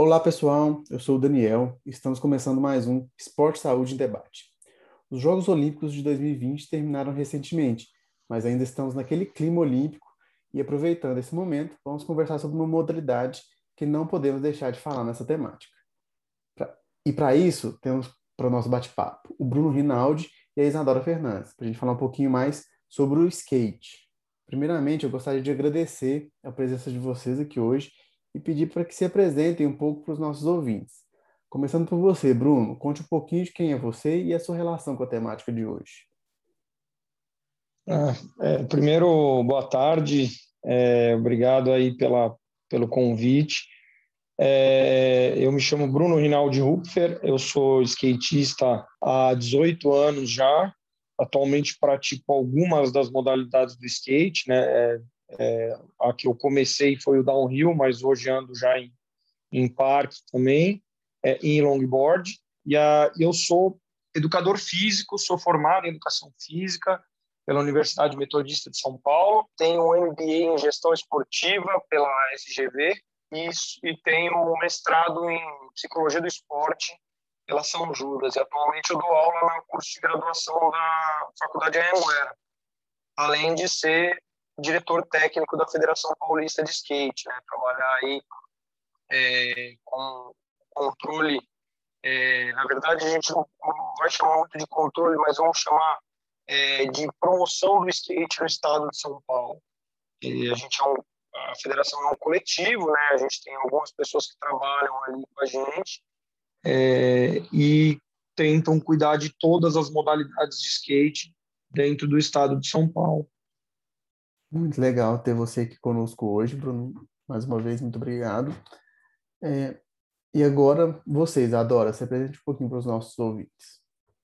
Olá, pessoal. Eu sou o Daniel e estamos começando mais um Esporte Saúde em Debate. Os Jogos Olímpicos de 2020 terminaram recentemente, mas ainda estamos naquele clima olímpico e, aproveitando esse momento, vamos conversar sobre uma modalidade que não podemos deixar de falar nessa temática. E para isso, temos para o nosso bate-papo o Bruno Rinaldi e a Isadora Fernandes, para a gente falar um pouquinho mais sobre o skate. Primeiramente, eu gostaria de agradecer a presença de vocês aqui hoje e pedir para que se apresentem um pouco para os nossos ouvintes. Começando por você, Bruno, conte um pouquinho de quem é você e a sua relação com a temática de hoje. Primeiro, boa tarde, obrigado aí pelo convite. Eu me chamo Bruno Rinaldi Hupfer, eu sou skatista há 18 anos já, atualmente pratico algumas das modalidades do skate, né? A que eu comecei foi o downhill, mas hoje ando já em parque também, em longboard, eu sou educador físico, sou formado em educação física pela Universidade Metodista de São Paulo, tenho um MBA em gestão esportiva pela FGV e tenho um mestrado em psicologia do esporte pela São Judas, e atualmente eu dou aula no curso de graduação da Faculdade Anhanguera, além de ser diretor técnico da Federação Paulista de Skate, né? Trabalhar aí com controle, na verdade a gente não vai chamar muito de controle, mas vamos chamar de promoção do skate no estado de São Paulo. E a federação é um coletivo, né? A gente tem algumas pessoas que trabalham ali com a gente e tentam cuidar de todas as modalidades de skate dentro do estado de São Paulo. Muito legal ter você aqui conosco hoje, Bruno. Mais uma vez, muito obrigado. E agora, vocês, Adora, se apresente um pouquinho para os nossos ouvintes.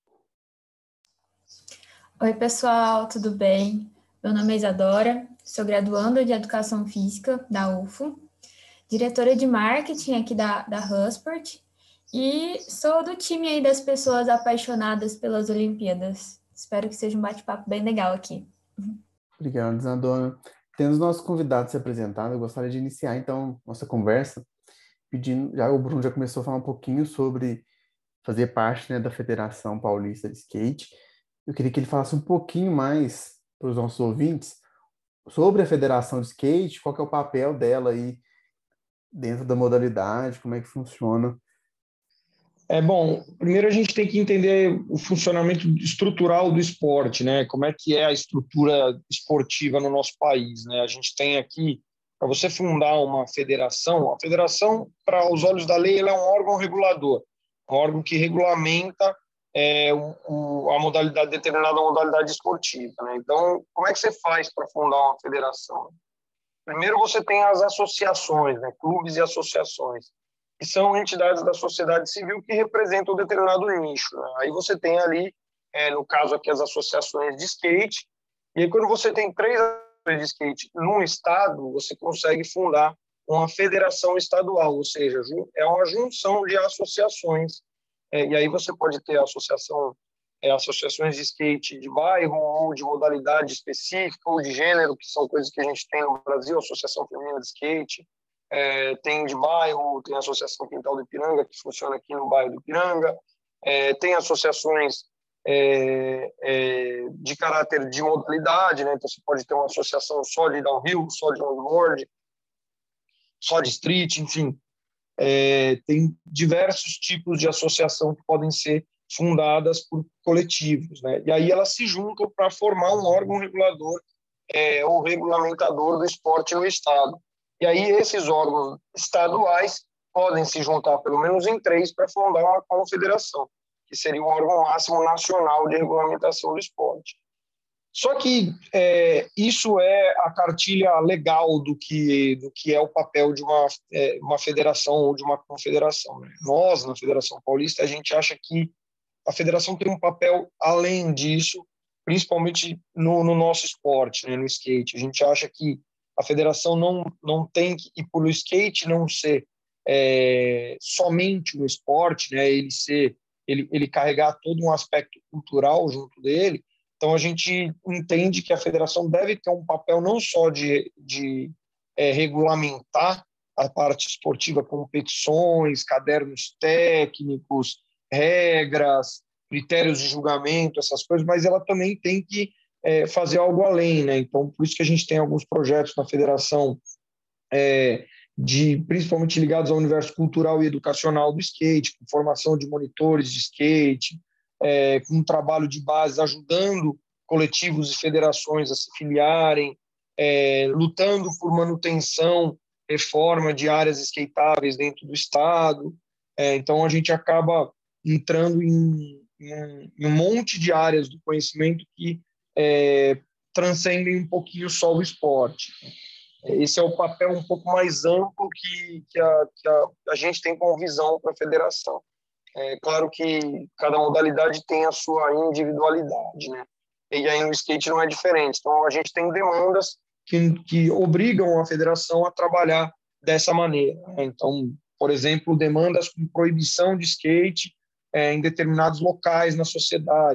Oi, pessoal, tudo bem? Meu nome é Isadora, sou graduanda de Educação Física da UFO, diretora de marketing aqui da Husport e sou do time aí das pessoas apaixonadas pelas Olimpíadas. Espero que seja um bate-papo bem legal aqui. Obrigado, Isadora. Tendo os nossos convidados se apresentados, eu gostaria de iniciar, então, nossa conversa pedindo, o Bruno já começou a falar um pouquinho sobre fazer parte, né, da Federação Paulista de Skate. Eu queria que ele falasse um pouquinho mais para os nossos ouvintes sobre a Federação de Skate, qual que é o papel dela aí dentro da modalidade, como é que funciona. Bom, primeiro a gente tem que entender o funcionamento estrutural do esporte, né? Como é que é a estrutura esportiva no nosso país, né? A gente tem aqui, para você fundar uma federação, a federação, para os olhos da lei, ela é um órgão regulador, um órgão que regulamenta a modalidade, determinada modalidade esportiva, né? Então, como é que você faz para fundar uma federação? Primeiro você tem as associações, né? Clubes e associações, que são entidades da sociedade civil que representam um determinado nicho, né? Aí você tem ali, no caso aqui, as associações de skate, e aí quando você tem 3 associações de skate num estado, você consegue fundar uma federação estadual, ou seja, é uma junção de associações, e aí você pode ter associações de skate de bairro, ou de modalidade específica, ou de gênero, que são coisas que a gente tem no Brasil, Associação Feminina de Skate, tem de bairro, tem a Associação Quintal do Ipiranga, que funciona aqui no bairro do Ipiranga, tem associações de caráter de modalidade, né? Então você pode ter uma associação só de downhill, só de longboard, só de street, enfim. Tem diversos tipos de associação que podem ser fundadas por coletivos, né? E aí elas se juntam para formar um órgão regulador ou regulamentador do esporte no estado. E aí esses órgãos estaduais podem se juntar pelo menos em 3 para fundar uma confederação, que seria o órgão máximo nacional de regulamentação do esporte. Só que isso é a cartilha legal do que é o papel de uma federação ou de uma confederação, né? Nós, na Federação Paulista, a gente acha que a federação tem um papel além disso, principalmente no nosso esporte, né, no skate. A gente acha que a federação não tem que, e por o skate não ser somente um esporte, né, ele carregar todo um aspecto cultural junto dele. Então a gente entende que a federação deve ter um papel não só de regulamentar a parte esportiva, competições, cadernos técnicos, regras, critérios de julgamento, essas coisas, mas ela também tem que fazer algo além, né? Então, por isso que a gente tem alguns projetos na federação, principalmente ligados ao universo cultural e educacional do skate, com formação de monitores de skate, com um trabalho de base ajudando coletivos e federações a se filiarem, lutando por manutenção, reforma de áreas skateáveis dentro do estado. Então, a gente acaba entrando em um monte de áreas do conhecimento que transcendem um pouquinho só o esporte. Esse é o papel um pouco mais amplo que a gente tem como visão para a federação. É claro que cada modalidade tem a sua individualidade, né? E aí no skate não é diferente. Então, a gente tem demandas que obrigam a federação a trabalhar dessa maneira, né? Então, por exemplo, demandas com proibição de skate em determinados locais na sociedade.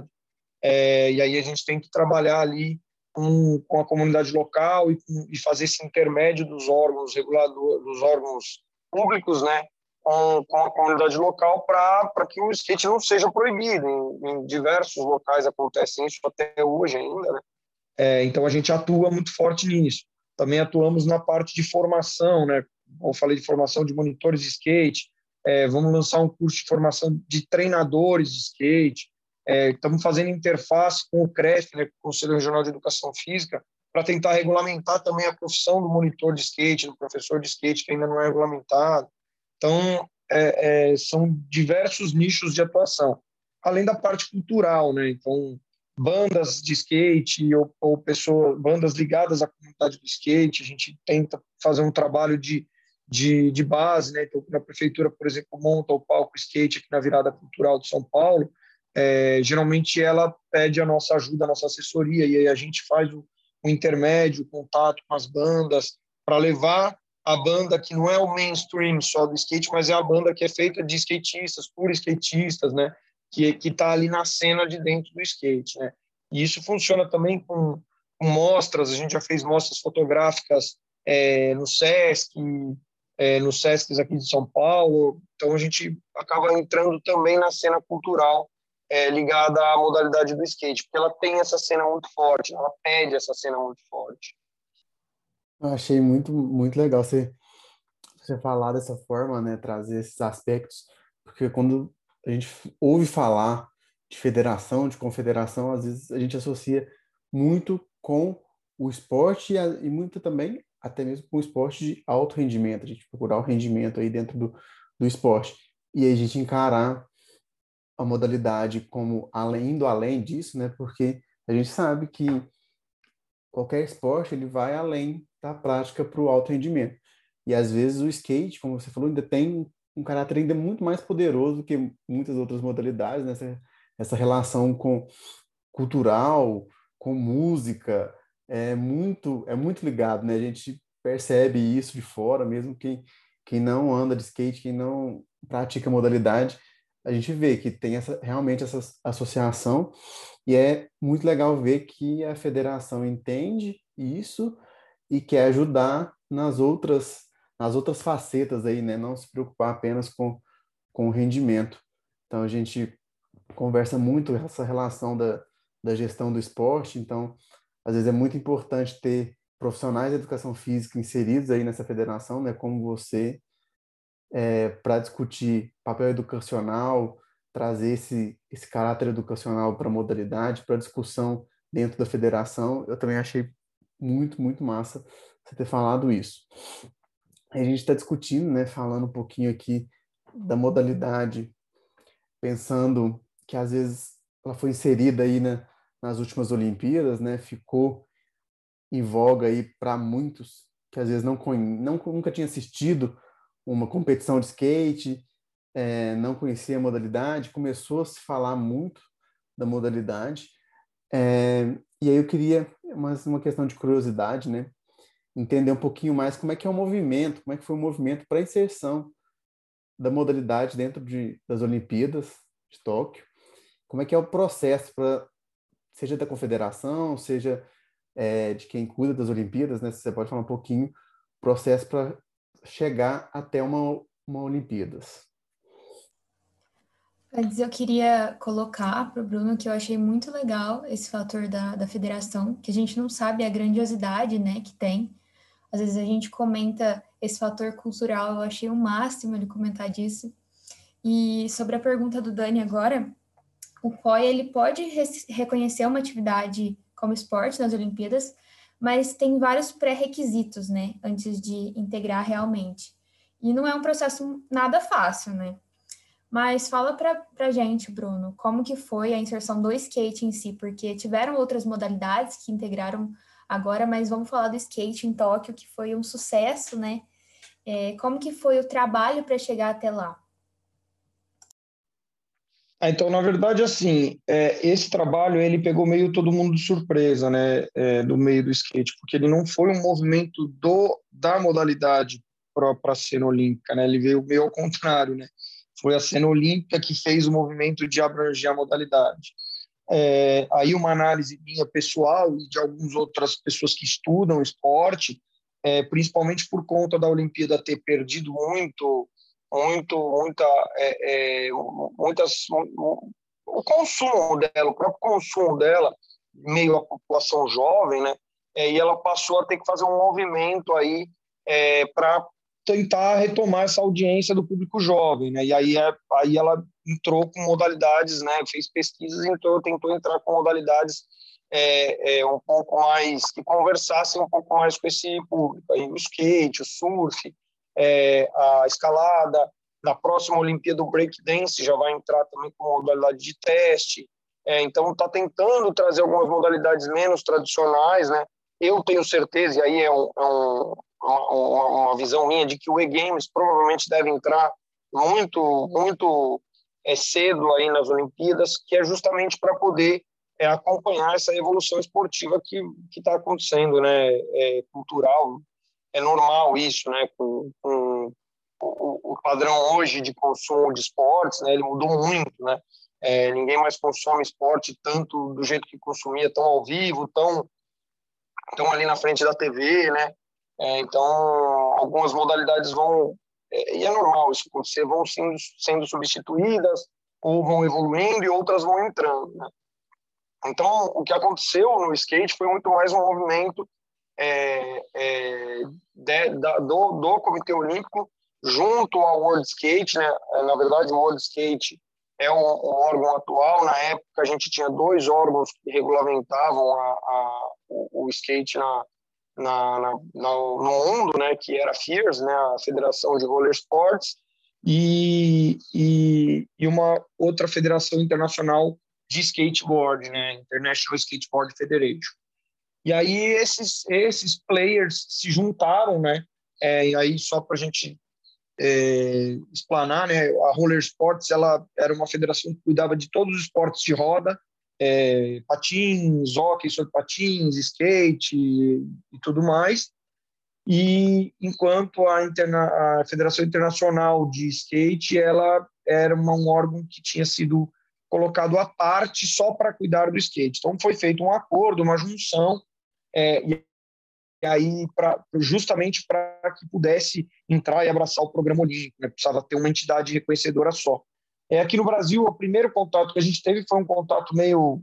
E aí a gente tem que trabalhar ali com a comunidade local e fazer esse intermédio dos órgãos reguladores, dos órgãos públicos, né, com a comunidade local para que o skate não seja proibido. Em diversos locais acontece isso até hoje ainda, né? Então a gente atua muito forte nisso. Também atuamos na parte de formação, né? Eu falei de formação de monitores de skate. Vamos lançar um curso de formação de treinadores de skate. Estamos fazendo interface com o CREF, né, com o Conselho Regional de Educação Física, para tentar regulamentar também a profissão do monitor de skate, do professor de skate, que ainda não é regulamentado. Então, são diversos nichos de atuação, além da parte cultural, né? Então, bandas de skate ou bandas ligadas à comunidade do skate, a gente tenta fazer um trabalho de base, né? Então, a prefeitura, por exemplo, monta o palco skate aqui na Virada Cultural de São Paulo. Geralmente ela pede a nossa ajuda, a nossa assessoria, e aí a gente faz o intermédio, o contato com as bandas, para levar a banda que não é o mainstream só do skate, mas é a banda que é feita de skatistas, por skatistas, né? Que está ali na cena de dentro do skate, né? E isso funciona também com mostras. A gente já fez mostras fotográficas no SESC, nos SESCs aqui de São Paulo. Então a gente acaba entrando também na cena cultural ligada à modalidade do skate, porque ela tem essa cena muito forte, ela pede essa cena muito forte. Eu achei muito, muito legal você falar dessa forma, né, trazer esses aspectos, porque quando a gente ouve falar de federação, de confederação, às vezes a gente associa muito com o esporte e muito também, até mesmo com o esporte de alto rendimento, a gente procurar o rendimento aí dentro do esporte. E aí a gente encarar a modalidade como além disso, né, porque a gente sabe que qualquer esporte ele vai além da prática para o alto rendimento. E às vezes o skate, como você falou, ainda tem um caráter ainda muito mais poderoso que muitas outras modalidades, né? Essa relação com cultural, com música, é muito ligado, né? A gente percebe isso de fora, mesmo quem não anda de skate, quem não pratica modalidade, a gente vê que tem realmente essa associação e é muito legal ver que a federação entende isso e quer ajudar nas outras facetas aí, né? Não se preocupar apenas com o rendimento. Então a gente conversa muito essa relação da gestão do esporte, então às vezes é muito importante ter profissionais de educação física inseridos aí nessa federação, né? Como você, para discutir papel educacional, trazer esse caráter educacional para a modalidade, para a discussão dentro da federação. Eu também achei muito, muito massa você ter falado isso. A gente está discutindo, né, falando um pouquinho aqui da modalidade, pensando que às vezes ela foi inserida aí nas últimas Olimpíadas, né, ficou em voga aí para muitos que às vezes nunca tinha assistido uma competição de skate, não conhecia a modalidade, começou a se falar muito da modalidade. E aí eu queria, uma questão de curiosidade, né, entender um pouquinho mais como é que é o movimento, como é que foi o movimento para a inserção da modalidade dentro das Olimpíadas de Tóquio, como é que é o processo seja da confederação, seja de quem cuida das Olimpíadas, né? Você pode falar um pouquinho, processo para chegar até uma Olimpíadas? Antes eu queria colocar para o Bruno que eu achei muito legal esse fator da federação, que a gente não sabe a grandiosidade, né, que tem. Às vezes a gente comenta esse fator cultural, eu achei o máximo ele comentar disso. E sobre a pergunta do Dani agora, o COI ele pode reconhecer uma atividade como esporte nas Olimpíadas, mas tem vários pré-requisitos, né, antes de integrar realmente. E não é um processo nada fácil, né? Mas fala pra gente, Bruno, como que foi a inserção do skate em si, porque tiveram outras modalidades que integraram agora, mas vamos falar do skate em Tóquio, que foi um sucesso, né? Como que foi o trabalho para chegar até lá? Então, na verdade, assim, esse trabalho ele pegou meio todo mundo de surpresa, né, do meio do skate, porque ele não foi um movimento da modalidade para a cena olímpica, né, ele veio meio ao contrário, né, foi a cena olímpica que fez o movimento de abranger a modalidade. Aí uma análise minha pessoal e de algumas outras pessoas que estudam esporte, principalmente por conta da Olimpíada ter perdido muita, o consumo dela, o próprio consumo dela, meio à população jovem, né? E ela passou a ter que fazer um movimento aí para tentar retomar essa audiência do público jovem, né? E aí ela entrou com modalidades, né? Fez pesquisas, então tentou entrar com modalidades um pouco mais que conversassem um pouco mais com esse público, aí o skate, o surf, a escalada. Na próxima Olimpíada, o breakdance já vai entrar também com modalidade de teste. Então, está tentando trazer algumas modalidades menos tradicionais, né? Eu tenho certeza, e aí uma visão minha, de que o E-Games provavelmente deve entrar muito cedo aí nas Olimpíadas, que é justamente para poder acompanhar essa evolução esportiva que está acontecendo, né? Cultural. É normal isso, né? Com o padrão hoje de consumo de esportes, né? Ele mudou muito, né? Ninguém mais consome esporte tanto do jeito que consumia, tão ao vivo, tão ali na frente da TV, né? Então, algumas modalidades vão, e é normal isso acontecer, vão sendo substituídas, ou vão evoluindo e outras vão entrando, né? Então, o que aconteceu no skate foi muito mais um movimento do Comitê Olímpico junto ao World Skate, né? Na verdade, o World Skate é um órgão atual. Na época, a gente tinha 2 órgãos que regulamentavam o skate no mundo, né? Que era a FIRS, né? A Federação de Roller Sports, e uma outra federação internacional de skateboard, né? International Skateboard Federation. E aí esses players se juntaram, né? E aí, só para a gente explanar, né? A Roller Sports, ela era uma federação que cuidava de todos os esportes de roda, patins, hóquei sobre patins, skate e tudo mais. E enquanto a Federação Internacional de Skate, ela era um órgão que tinha sido colocado à parte só para cuidar do skate. Então foi feito um acordo, uma junção, e aí justamente para que pudesse entrar e abraçar o programa olímpico, né? Precisava ter uma entidade reconhecedora só. Aqui no Brasil, o primeiro contato que a gente teve foi um contato meio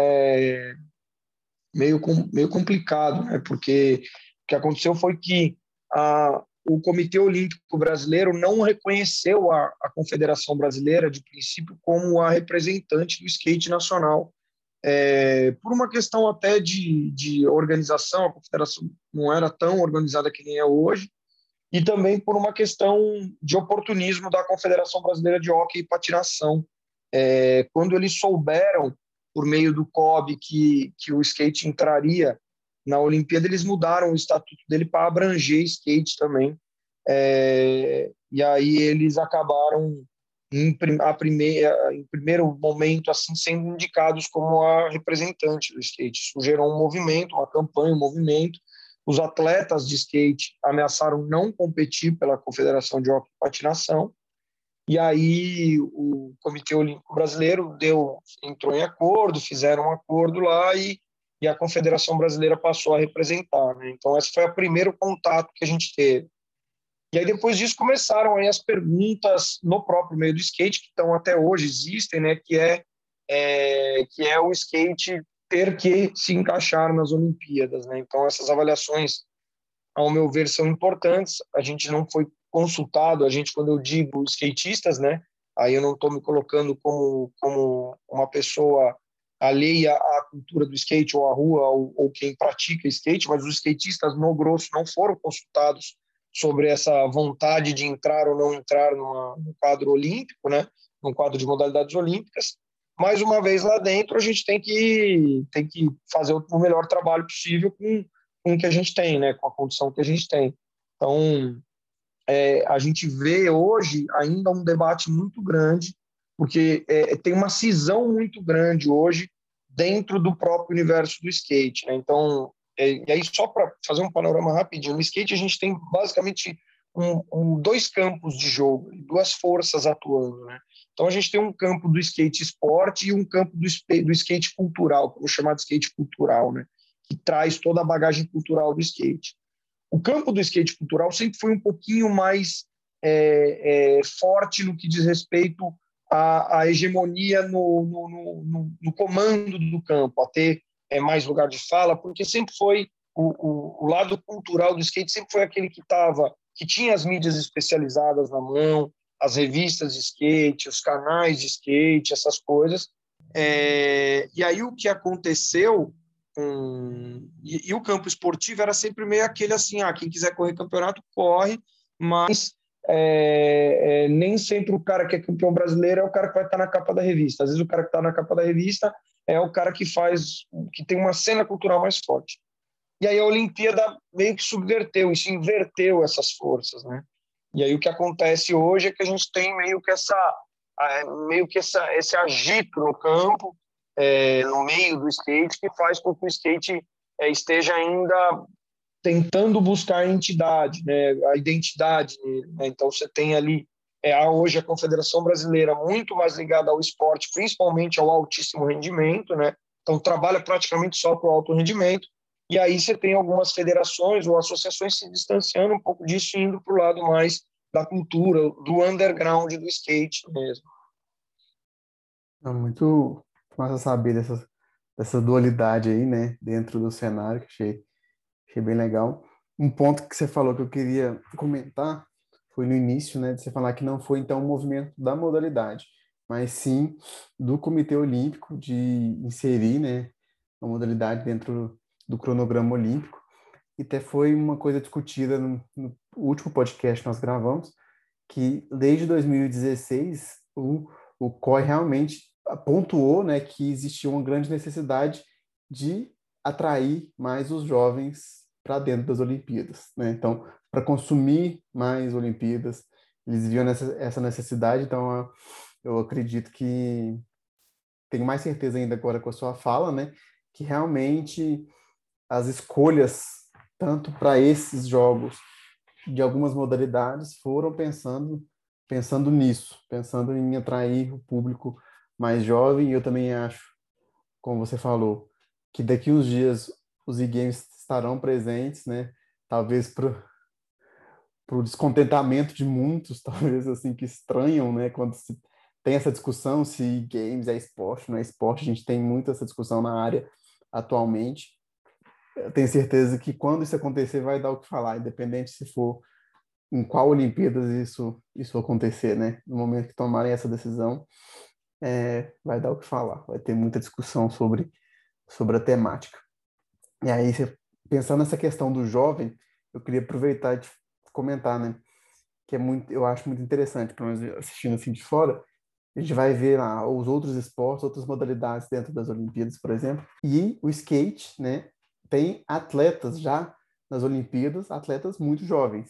complicado, né? Porque o que aconteceu foi que o Comitê Olímpico Brasileiro não reconheceu a Confederação Brasileira, de princípio, como a representante do skate nacional. Por uma questão até de organização, a confederação não era tão organizada que nem é hoje, e também por uma questão de oportunismo da Confederação Brasileira de Hóquei e Patinação. Quando eles souberam, por meio do COB, que o skate entraria na Olimpíada, eles mudaram o estatuto dele para abranger skate também. E aí eles acabaram em primeiro momento, assim, sendo indicados como a representante do skate. Isso gerou um movimento, uma campanha, um movimento. Os atletas de skate ameaçaram não competir pela Confederação de Hóquei e Patinação, e aí o Comitê Olímpico Brasileiro entrou em acordo, fizeram um acordo lá, e a Confederação Brasileira passou a representar, né? Então, esse foi o primeiro contato que a gente teve. E aí depois disso começaram aí as perguntas no próprio meio do skate, que estão até hoje, existem, né, que é o skate ter que se encaixar nas Olimpíadas, né? Então essas avaliações, ao meu ver, são importantes. A gente não foi consultado, a gente, quando eu digo skatistas, né, aí eu não estou me colocando como uma pessoa alheia à cultura do skate ou à rua ou quem pratica skate, mas os skatistas, no grosso, não foram consultados sobre essa vontade de entrar ou não entrar no quadro olímpico, né, no quadro de modalidades olímpicas. Mais uma vez lá dentro, a gente tem que fazer o melhor trabalho possível com o que a gente tem, né, com a condição que a gente tem. Então, a gente vê hoje ainda um debate muito grande, porque tem uma cisão muito grande hoje dentro do próprio universo do skate, né? Então, e aí só para fazer um panorama rapidinho, no skate a gente tem basicamente dois campos de jogo, duas forças atuando, né? Então a gente tem um campo do skate esporte e um campo do skate cultural, que eu vou chamar de skate cultural, né? Que traz toda a bagagem cultural do skate. O campo do skate cultural sempre foi um pouquinho mais forte no que diz respeito à hegemonia no comando do campo, a ter mais lugar de fala, porque sempre foi o lado cultural do skate sempre foi aquele que tinha as mídias especializadas na mão, as revistas de skate, os canais de skate, essas coisas. E aí o que aconteceu e o campo esportivo era sempre meio aquele assim, quem quiser correr campeonato, corre, mas nem sempre o cara que é campeão brasileiro é o cara que vai estar na capa da revista. Às vezes o cara que está na capa da revista é o cara que tem uma cena cultural mais forte. E aí a Olimpíada meio que subverteu, isso inverteu essas forças, né? E aí o que acontece hoje é que a gente tem esse agito no campo, no meio do skate, que faz com que o skate esteja ainda tentando buscar a entidade, né, a identidade nele, né? Então você tem ali hoje a Confederação Brasileira muito mais ligada ao esporte, principalmente ao altíssimo rendimento, né? Então trabalha praticamente só para o alto rendimento. E aí você tem algumas federações ou associações se distanciando um pouco disso, indo para o lado mais da cultura, do underground do skate mesmo. É muito massa saber dessa dualidade aí, né, dentro do cenário, que achei bem legal. Um ponto que você falou que eu queria comentar foi no início, né, de você falar que não foi, então, um movimento da modalidade, mas sim do Comitê Olímpico de inserir, né, a modalidade dentro do cronograma olímpico. E até foi uma coisa discutida no último podcast que nós gravamos, que desde 2016 o COI realmente pontuou, né, que existia uma grande necessidade de atrair mais os jovens para dentro das Olimpíadas, né? Então, para consumir mais Olimpíadas, eles viam essa necessidade. Então, eu acredito que tenho mais certeza ainda agora com a sua fala, né, que realmente as escolhas tanto para esses jogos de algumas modalidades foram pensando nisso, pensando em atrair o público mais jovem. E eu também acho, como você falou, que daqui uns dias os e-games estarão presentes, né? Talvez para o descontentamento de muitos, talvez assim, que estranham, né? Quando se tem essa discussão se games é esporte, não é esporte. A gente tem muito essa discussão na área atualmente. Eu tenho certeza que quando isso acontecer vai dar o que falar, independente se for em qual Olimpíadas isso acontecer, né? No momento que tomarem essa decisão, vai dar o que falar, vai ter muita discussão sobre a temática. E aí, pensando nessa questão do jovem, eu queria aproveitar e te comentar, né? Que eu acho muito interessante, pelo menos assistindo assim de fora, a gente vai ver lá os outros esportes, outras modalidades dentro das Olimpíadas, por exemplo, e o skate, né? Tem atletas já nas Olimpíadas, atletas muito jovens.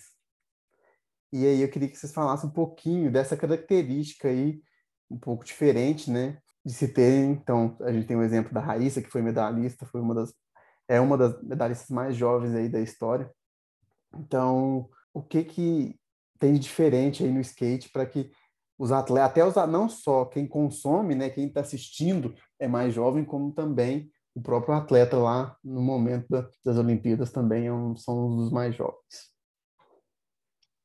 E aí eu queria que vocês falassem um pouquinho dessa característica aí, um pouco diferente, né? De se terem. Então, a gente tem o exemplo da Raíssa, que foi medalhista, é uma das medalhistas mais jovens aí da história. Então, o que tem de diferente aí no skate para que os atletas, não só quem consome, né, quem está assistindo é mais jovem, como também o próprio atleta lá no momento das Olimpíadas também são um dos mais jovens.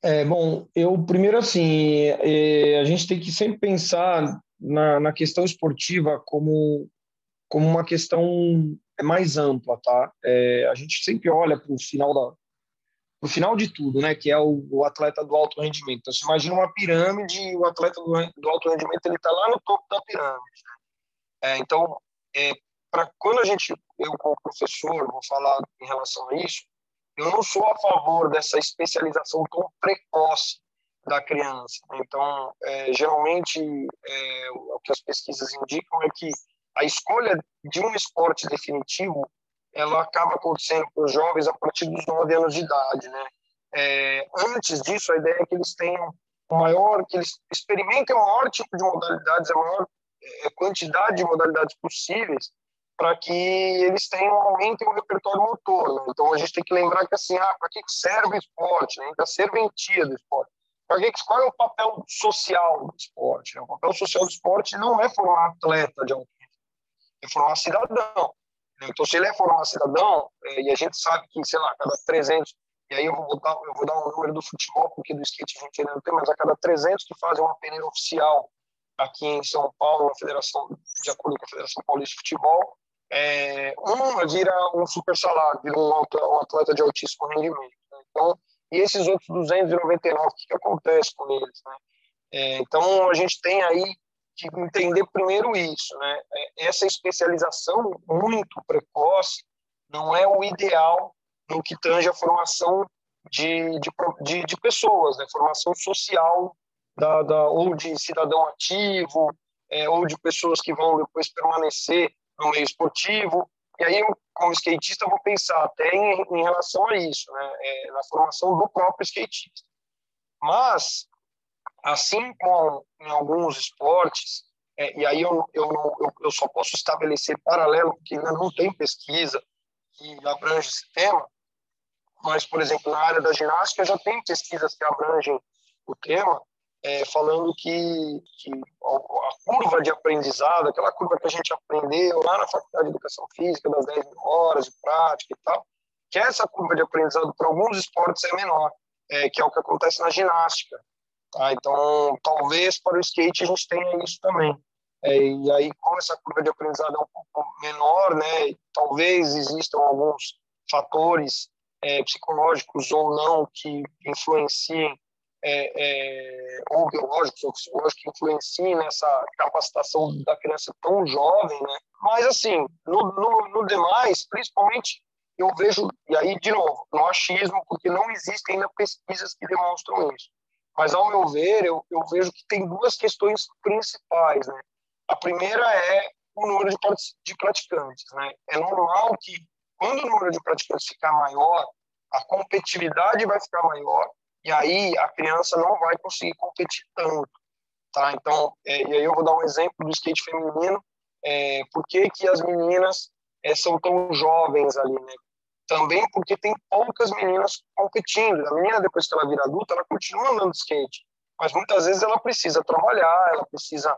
Bom, eu primeiro assim, a gente tem que sempre pensar na questão esportiva como uma questão mais ampla, tá? A gente sempre olha para o pro final de tudo, né? Que é o atleta do alto rendimento. Então, você imagina uma pirâmide e o atleta do alto rendimento ele está lá no topo da pirâmide. Então, para quando eu como professor vou falar em relação a isso, eu não sou a favor dessa especialização tão precoce da criança. Então, geralmente, o que as pesquisas indicam é que a escolha de um esporte definitivo ela acaba acontecendo para os jovens a partir dos 9 anos de idade, né? Antes disso, a ideia é que eles tenham que eles experimentem o maior tipo de modalidades, a maior quantidade de modalidades possíveis, para que eles aumentem o repertório motor. Né? Então, a gente tem que lembrar que, assim, para que serve o esporte? Né? A serventia do esporte. Qual é o papel social do esporte? Né? O papel social do esporte não é formar atleta de alto nível, é formar cidadão. Então, se ele é formar cidadão, e a gente sabe que, sei lá, cada 300, e aí eu vou dar um número do futebol, porque do skate a gente ainda não tem, mas a cada 300 que fazem uma peneira oficial aqui em São Paulo, de acordo com a Federação Paulista de Futebol, uma vira um super salário, vira um atleta de altíssimo rendimento. Né? Então, e esses outros 299, o que acontece com eles? Né? Então, a gente tem aí que entender primeiro isso. Né? Essa especialização muito precoce não é o ideal no que tange a formação de pessoas, né? Formação social ou de cidadão ativo, ou de pessoas que vão depois permanecer no meio esportivo. E aí, eu, como skatista, vou pensar até em relação a isso, né? Na formação do próprio skatista. Mas, assim como em alguns esportes, e aí eu só posso estabelecer paralelo, porque ainda não tem pesquisa que abrange esse tema, mas, por exemplo, na área da ginástica já tem pesquisas que abrangem o tema, falando que a curva de aprendizado, aquela curva que a gente aprendeu lá na Faculdade de Educação Física, das 10 mil horas de prática e tal, que essa curva de aprendizado para alguns esportes é menor, que é o que acontece na ginástica. Tá? Então, talvez para o skate a gente tenha isso também. E aí, como essa curva de aprendizado é um pouco menor, né, talvez existam alguns fatores psicológicos ou não que influenciem, ou biológicos ou psicológicos que influenciem nessa capacitação da criança tão jovem, né? Mas, assim, no demais, principalmente, eu vejo, e aí, de novo, no achismo, porque não existem ainda pesquisas que demonstram isso. Mas, ao meu ver, eu vejo que tem duas questões principais, né? A primeira é o número de praticantes, né? É normal que, quando o número de praticantes ficar maior, a competitividade vai ficar maior e aí a criança não vai conseguir competir tanto, tá? Então, e aí eu vou dar um exemplo do skate feminino, por que as meninas são tão jovens ali, né? Também porque tem poucas meninas competindo. A menina, depois que ela vira adulta, ela continua andando de skate, mas muitas vezes ela precisa trabalhar, ela precisa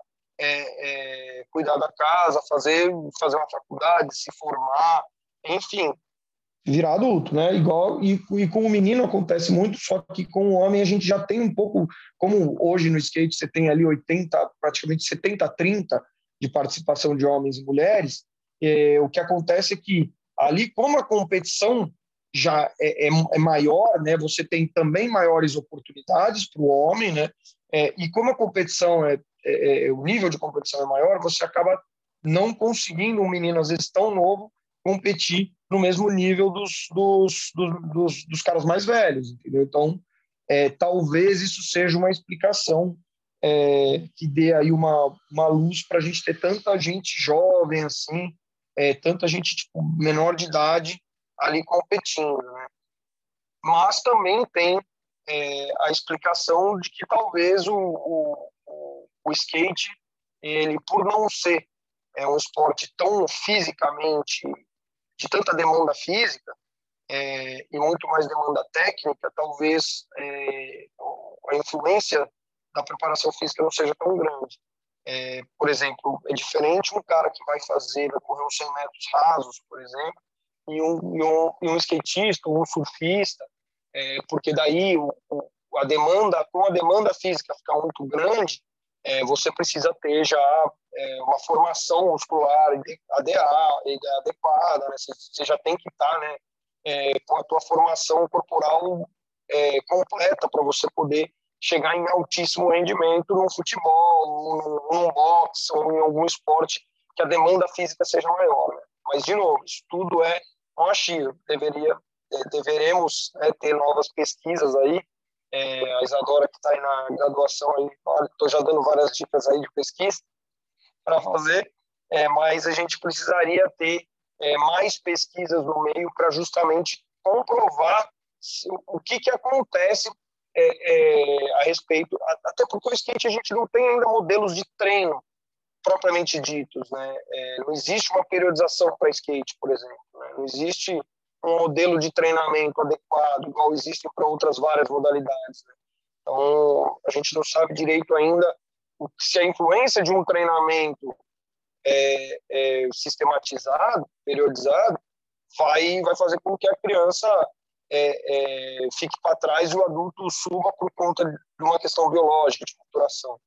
cuidar da casa, fazer uma faculdade, se formar, enfim, virar adulto, né? Igual e com o menino acontece muito, só que com o homem a gente já tem um pouco, como hoje no skate você tem ali 80, praticamente 70-30 de participação de homens e mulheres, o que acontece é que ali, como a competição já é maior, né? Você tem também maiores oportunidades para o homem, né? E como a competição o nível de competição é maior, você acaba não conseguindo um menino, às vezes, tão novo, competir no mesmo nível dos caras mais velhos, entendeu? Então, talvez isso seja uma explicação que dê aí uma luz para a gente ter tanta gente jovem assim, tanta gente tipo, menor de idade ali competindo, né? Mas também tem a explicação de que talvez o skate, ele por não ser um esporte tão fisicamente, de tanta demanda física e muito mais demanda técnica, talvez a influência da preparação física não seja tão grande. Por exemplo, é diferente um cara que vai correr uns 100 metros rasos, por exemplo, e um skatista, um surfista, porque daí com a demanda física ficar muito grande, você precisa ter já uma formação muscular adequada, né? Você já tem que estar, né, com a tua formação corporal completa para você poder chegar em altíssimo rendimento no futebol, num boxe ou em algum esporte que a demanda física seja maior, né? Mas, de novo, isso tudo é um achismo. Deveremos ter novas pesquisas aí. A Isadora, que está aí na graduação, estou já dando várias dicas aí de pesquisa para fazer, mas a gente precisaria ter mais pesquisas no meio para justamente comprovar o que acontece a respeito, até porque o skate a gente não tem ainda modelos de treino propriamente ditos, né? Não existe uma periodização para skate, por exemplo, né? Não existe um modelo de treinamento adequado, igual existe para outras várias modalidades, né? Então, a gente não sabe direito ainda se a influência de um treinamento sistematizado, periodizado, vai fazer com que a criança fique para trás e o adulto suba por conta de uma questão biológica, de maturação.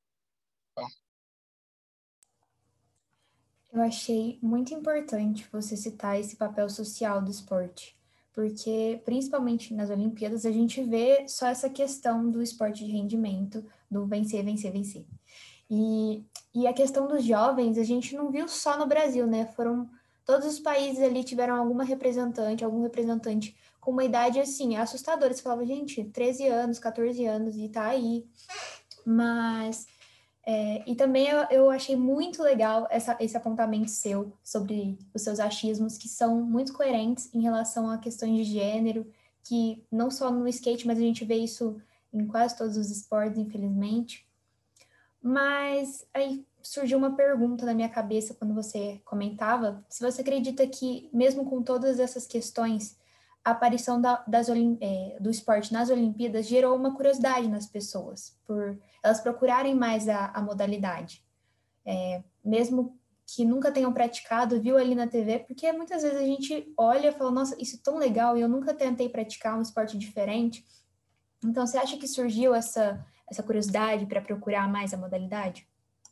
Eu achei muito importante você citar esse papel social do esporte, porque, principalmente nas Olimpíadas, a gente vê só essa questão do esporte de rendimento, do vencer, vencer, vencer. E a questão dos jovens, a gente não viu só no Brasil, né? Todos os países ali tiveram algum representante com uma idade, assim, assustadora. Você falava, gente, 13 anos, 14 anos, e tá aí. Mas... e também eu achei muito legal esse apontamento seu sobre os seus achismos, que são muito coerentes em relação a questões de gênero, que não só no skate, mas a gente vê isso em quase todos os esportes, infelizmente. Mas aí surgiu uma pergunta na minha cabeça quando você comentava, se você acredita que, mesmo com todas essas questões, a aparição do esporte nas Olimpíadas gerou uma curiosidade nas pessoas, por elas procurarem mais a modalidade. Mesmo que nunca tenham praticado, viu ali na TV, porque muitas vezes a gente olha e fala, nossa, isso é tão legal, e eu nunca tentei praticar um esporte diferente. Então, você acha que surgiu essa curiosidade para procurar mais a modalidade?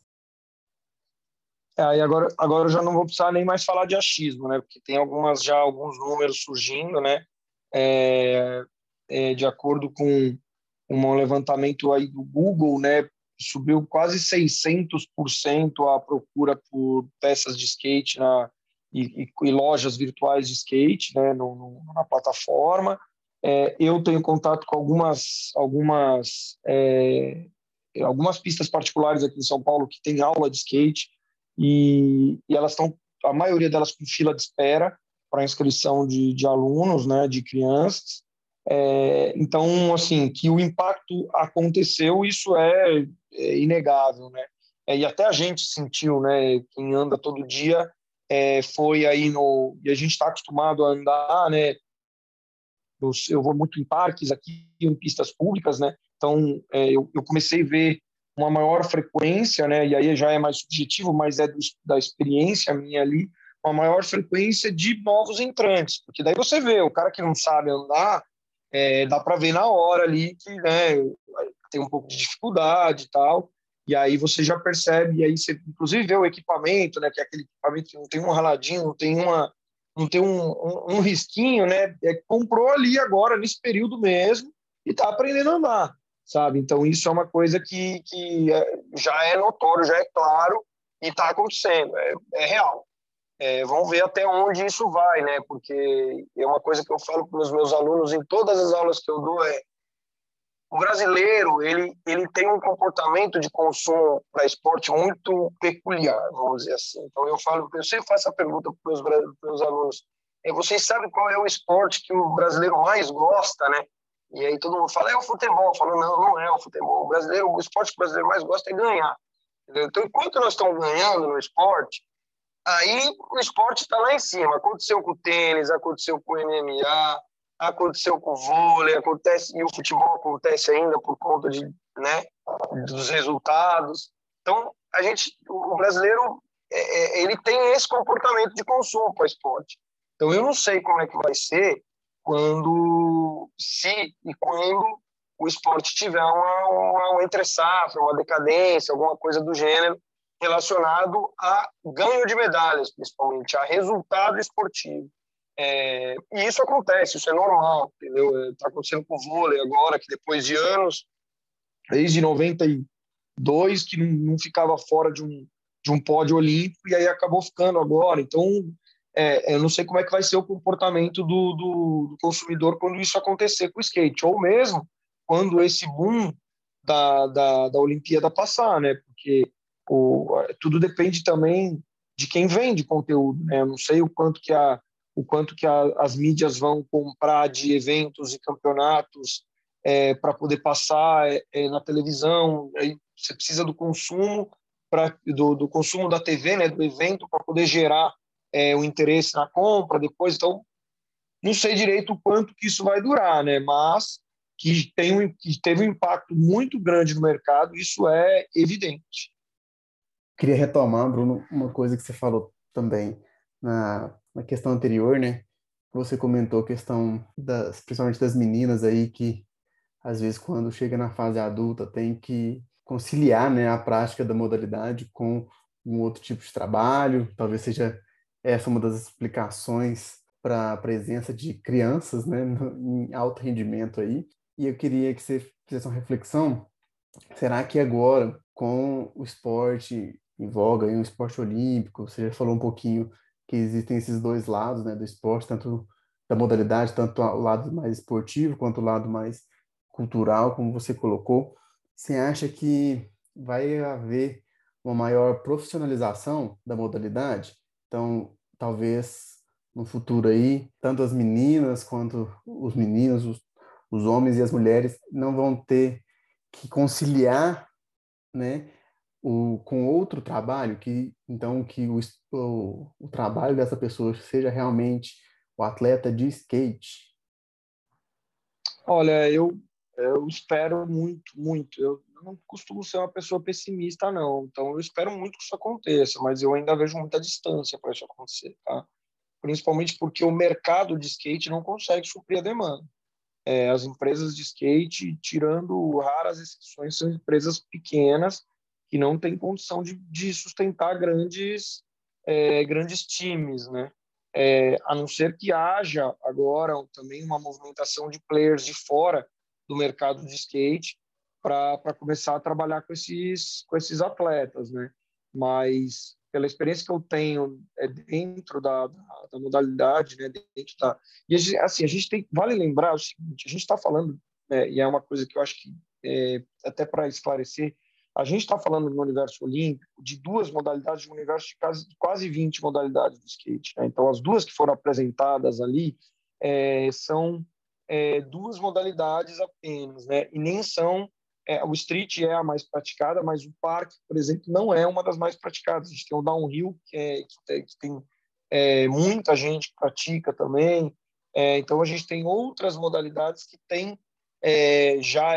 E agora eu já não vou precisar nem mais falar de achismo, né? Porque tem alguns números surgindo, né? De acordo com um levantamento aí do Google, né? Subiu quase 600% a procura por peças de skate e lojas virtuais de skate, né? Na plataforma. Eu tenho contato com algumas pistas particulares aqui em São Paulo que tem aula de skate e elas estão, a maioria delas, com fila de espera para inscrição de alunos, né, de crianças. Então, assim, que o impacto aconteceu, isso é inegável, né? E até a gente sentiu, né? Quem anda todo dia foi aí e a gente está acostumado a andar, né? Eu vou muito em parques aqui, em pistas públicas, né? Então, eu comecei a ver uma maior frequência, né? E aí já é mais subjetivo, mas da experiência minha ali, uma maior frequência de novos entrantes. Porque daí você vê, o cara que não sabe andar, dá para ver na hora ali que, né, tem um pouco de dificuldade e tal. E aí você já percebe, e aí você inclusive vê o equipamento, né? Que é aquele equipamento que não tem um raladinho, não tem um risquinho, né? Comprou ali agora, nesse período mesmo, e está aprendendo a andar, sabe? Então, isso é uma coisa que já é notório, já é claro, e está acontecendo, é real. Vamos ver até onde isso vai, né? Porque é uma coisa que eu falo para os meus alunos em todas as aulas que eu dou, o brasilemeiro, ele tem um comportamento de consumo para esporte muito peculiar, vamos dizer assim. Então, eu sempre faço a pergunta para os meus alunos, vocês sabem qual é o esporte que o brasileiro mais gosta, né? E aí todo mundo fala, é o futebol. Eu falo, não é o futebol. O esporte que o brasileiro mais gosta é ganhar. Entendeu? Então, enquanto nós estamos ganhando no esporte, aí o esporte está lá em cima. Aconteceu com o tênis, aconteceu com o MMA, aconteceu com o vôlei, e o futebol acontece ainda por conta né, dos resultados. Então, o brasileiro, ele tem esse comportamento de consumo para o esporte. Então, eu não sei como é que vai ser se e quando o esporte tiver uma entre-safra, uma decadência, alguma coisa do gênero relacionado a ganho de medalhas, principalmente, a resultado esportivo. E isso acontece, isso é normal, entendeu? Está acontecendo com o vôlei agora, que depois de anos, desde 92, que não ficava fora de um pódio olímpico, e aí acabou ficando agora. Então, eu não sei como é que vai ser o comportamento do consumidor quando isso acontecer com o skate, ou mesmo quando esse boom da Olimpíada passar, né? Porque tudo depende também de quem vende conteúdo, né? Eu não sei o quanto que as mídias vão comprar de eventos e campeonatos para poder passar na televisão. Aí você precisa do consumo do consumo da TV, né? Do evento, para poder gerar o interesse na compra depois. Então, não sei direito o quanto que isso vai durar, né? Mas que teve um impacto muito grande no mercado, isso é evidente. Queria retomar, Bruno, uma coisa que você falou também na questão anterior, né? Você comentou a questão principalmente das meninas aí que às vezes quando chega na fase adulta tem que conciliar, né, a prática da modalidade com um outro tipo de trabalho. Talvez seja essa uma das explicações para a presença de crianças, né, em alto rendimento aí. E eu queria que você fizesse uma reflexão. Será que agora, com o esporte em voga, e o esporte olímpico, você já falou um pouquinho que existem esses dois lados, né, do esporte, tanto da modalidade, tanto o lado mais esportivo quanto o lado mais cultural, como você colocou. Você acha que vai haver uma maior profissionalização da modalidade? Então, talvez no futuro aí, tanto as meninas quanto os meninos, os homens e as mulheres não vão ter que conciliar, né, com outro trabalho, que o trabalho dessa pessoa seja realmente o atleta de skate. Olha, eu espero muito, muito. Eu não costumo ser uma pessoa pessimista, não. Então, eu espero muito que isso aconteça, mas eu ainda vejo muita distância para isso acontecer, tá? Principalmente porque o mercado de skate não consegue suprir a demanda. As empresas de skate, tirando raras exceções, são empresas pequenas que não têm condição de sustentar grandes times, né? A não ser que haja agora também uma movimentação de players de fora do mercado de skate para começar a trabalhar com esses atletas, né? Mas pela experiência que eu tenho dentro da modalidade, né? Dentro da e assim vale lembrar o seguinte: a gente está falando, e é uma coisa que eu acho que até para esclarecer, a gente está falando no universo olímpico de duas modalidades, de um universo de quase 20 modalidades do skate, né? Então, as duas que foram apresentadas ali são duas modalidades apenas, né? E nem são... o street é a mais praticada, mas o parque, por exemplo, não é uma das mais praticadas. A gente tem o downhill, que tem muita gente que pratica também. Então, a gente tem outras modalidades que têm já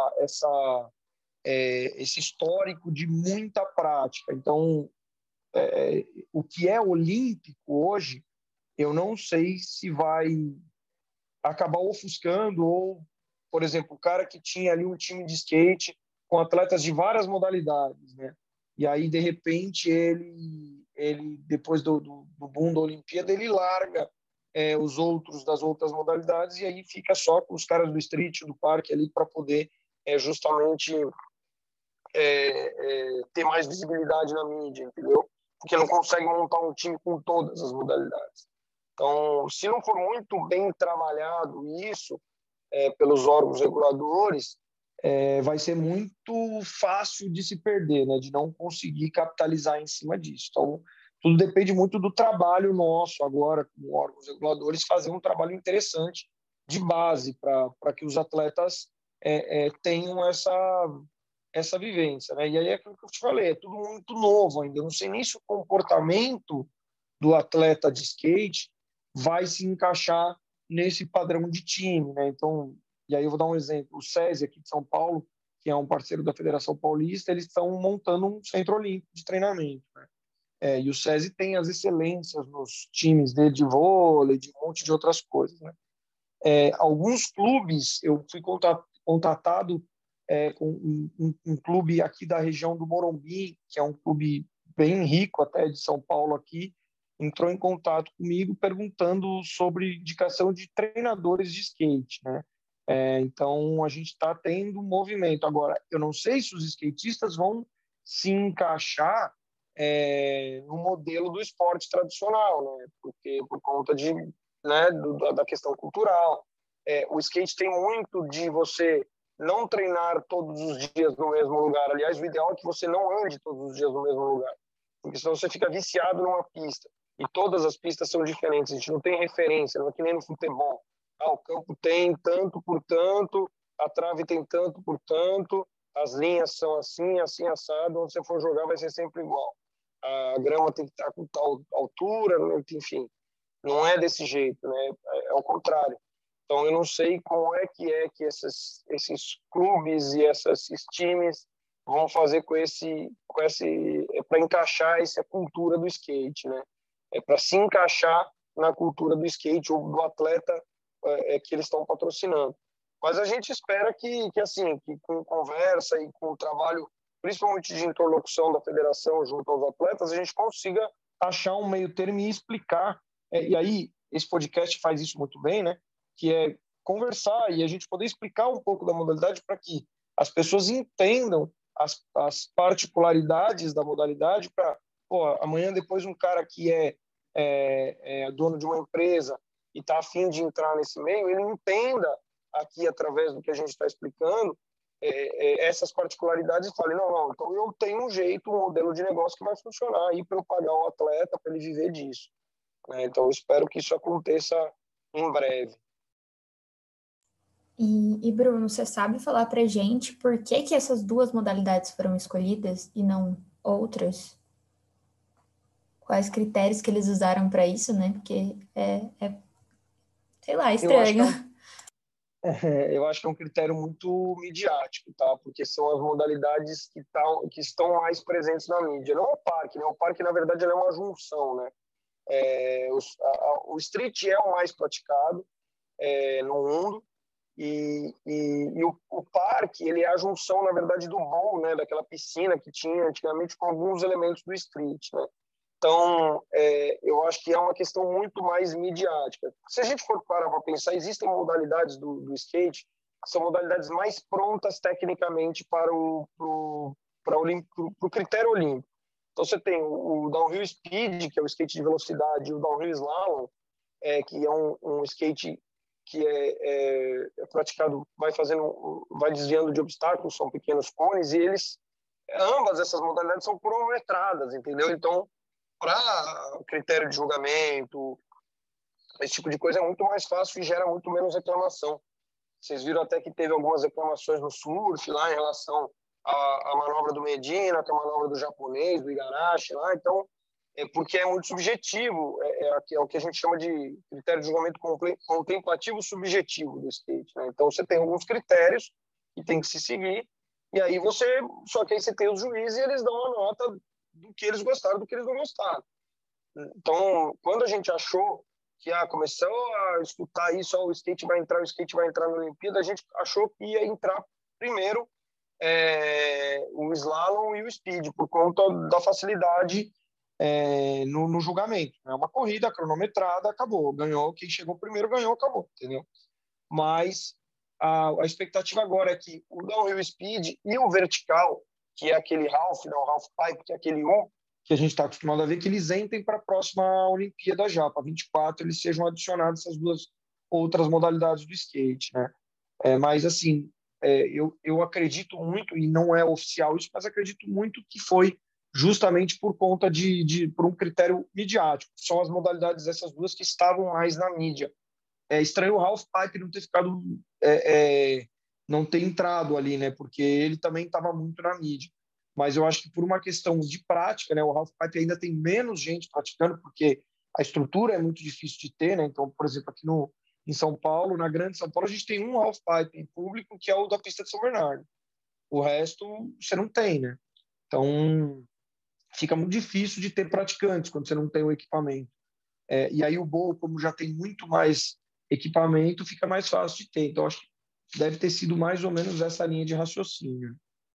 esse histórico de muita prática. Então, o que é olímpico hoje, eu não sei se vai acabar ofuscando ou, por exemplo, o cara que tinha ali um time de skate com atletas de várias modalidades, né? E aí, de repente, ele depois do boom da Olimpíada, ele larga os outros das outras modalidades e aí fica só com os caras do street, do parque ali para poder justamente ter mais visibilidade na mídia, entendeu? Porque não consegue montar um time com todas as modalidades. Então, se não for muito bem trabalhado isso pelos órgãos reguladores, vai ser muito fácil de se perder, né? De não conseguir capitalizar em cima disso. Então, tudo depende muito do trabalho nosso agora, com órgãos reguladores, fazer um trabalho interessante de base para que os atletas tenham essa vivência, né? E aí é aquilo que eu te falei, é tudo muito novo ainda. Eu não sei nem se o comportamento do atleta de skate vai se encaixar nesse padrão de time, né? Então, e aí eu vou dar um exemplo. O SESI aqui de São Paulo, que é um parceiro da Federação Paulista, eles estão montando um centro olímpico de treinamento, né? E o SESI tem as excelências nos times dele de vôlei, de um monte de outras coisas, né? Alguns clubes, eu fui contatado com um clube aqui da região do Morumbi, que é um clube bem rico até de São Paulo aqui, entrou em contato comigo perguntando sobre indicação de treinadores de skate, né? Então, a gente está tendo um movimento. Agora, eu não sei se os skatistas vão se encaixar no modelo do esporte tradicional, né? Porque por conta da questão cultural. O skate tem muito de você não treinar todos os dias no mesmo lugar. Aliás, o ideal é que você não ande todos os dias no mesmo lugar, porque senão você fica viciado numa pista. E todas as pistas são diferentes, a gente não tem referência, não é que nem no futebol. O campo tem tanto por tanto, a trave tem tanto por tanto, as linhas são assim, assim, assado, onde você for jogar vai ser sempre igual. A grama tem que estar com tal altura, enfim, não é desse jeito, né? É o contrário. Então, eu não sei como é que esses clubes e esses times vão fazer para encaixar essa cultura do skate, né? Para se encaixar na cultura do skate ou do atleta que eles estão patrocinando. Mas a gente espera que com conversa e com o trabalho, principalmente de interlocução da federação junto aos atletas, a gente consiga achar um meio termo e explicar. E aí, esse podcast faz isso muito bem, né? Que é conversar e a gente poder explicar um pouco da modalidade para que as pessoas entendam as particularidades da modalidade para, amanhã depois um cara que é dono de uma empresa e está a fim de entrar nesse meio, ele entenda aqui, através do que a gente está explicando, essas particularidades e fale, não, então eu tenho um jeito, um modelo de negócio que vai funcionar aí para eu pagar o atleta, para ele viver disso. Então, eu espero que isso aconteça em breve. E Bruno, você sabe falar pra gente por que essas duas modalidades foram escolhidas e não outras? Quais critérios que eles usaram para isso, né? Porque sei lá, estranho. Eu acho que é um critério muito midiático, tá? Porque são as modalidades que estão mais presentes na mídia. Não o parque, né? O parque, na verdade, ele é uma junção, né? O street é o mais praticado no mundo, e o parque, ele é a junção, na verdade, do bowl, né, daquela piscina que tinha antigamente com alguns elementos do street, né? Então, eu acho que é uma questão muito mais midiática. Se a gente for parar para pensar, existem modalidades do skate que são modalidades mais prontas tecnicamente para o critério olímpico. Então, você tem o downhill speed, que é o skate de velocidade, e o downhill slalom, que é um skate que é praticado, vai desviando de obstáculos, são pequenos cones, e ambas essas modalidades são cronometradas, entendeu? Então, para critério de julgamento, esse tipo de coisa é muito mais fácil e gera muito menos reclamação. Vocês viram até que teve algumas reclamações no surf lá em relação à manobra do Medina, com a manobra do japonês, do Igarashi lá. Então, porque é muito subjetivo, é o que a gente chama de critério de julgamento contemplativo subjetivo do skate, né? Então, você tem alguns critérios que tem que se seguir, e aí só que aí você tem os juízes e eles dão uma nota do que eles gostaram, do que eles não gostaram. Então, quando a gente achou que começou a escutar isso, o skate vai entrar na Olimpíada, a gente achou que ia entrar primeiro o slalom e o speed, por conta da facilidade no julgamento. É uma corrida cronometrada, acabou. Ganhou, quem chegou primeiro ganhou, acabou, entendeu? Mas a expectativa agora é que o downhill speed e o vertical, que é aquele half, não, half pipe, que é aquele que a gente está acostumado a ver, que eles entrem para a próxima Olimpíada já, para 24, eles sejam adicionados essas duas outras modalidades do skate, né? Mas, assim, eu acredito muito, e não é oficial isso, mas acredito muito que foi justamente por conta por um critério midiático. São as modalidades essas duas que estavam mais na mídia. É estranho o Half Pipe não ter ficado, não ter entrado ali, né? Porque ele também estava muito na mídia. Mas eu acho que por uma questão de prática, né? O Half Pipe ainda tem menos gente praticando, porque a estrutura é muito difícil de ter, né? Então, por exemplo, aqui em São Paulo, na Grande São Paulo, a gente tem um Half Pipe em público, que é o da pista de São Bernardo. O resto, você não tem, né? Então, fica muito difícil de ter praticantes quando você não tem o equipamento. E aí o bowl, como já tem muito mais equipamento, fica mais fácil de ter. Então, acho que deve ter sido mais ou menos essa linha de raciocínio.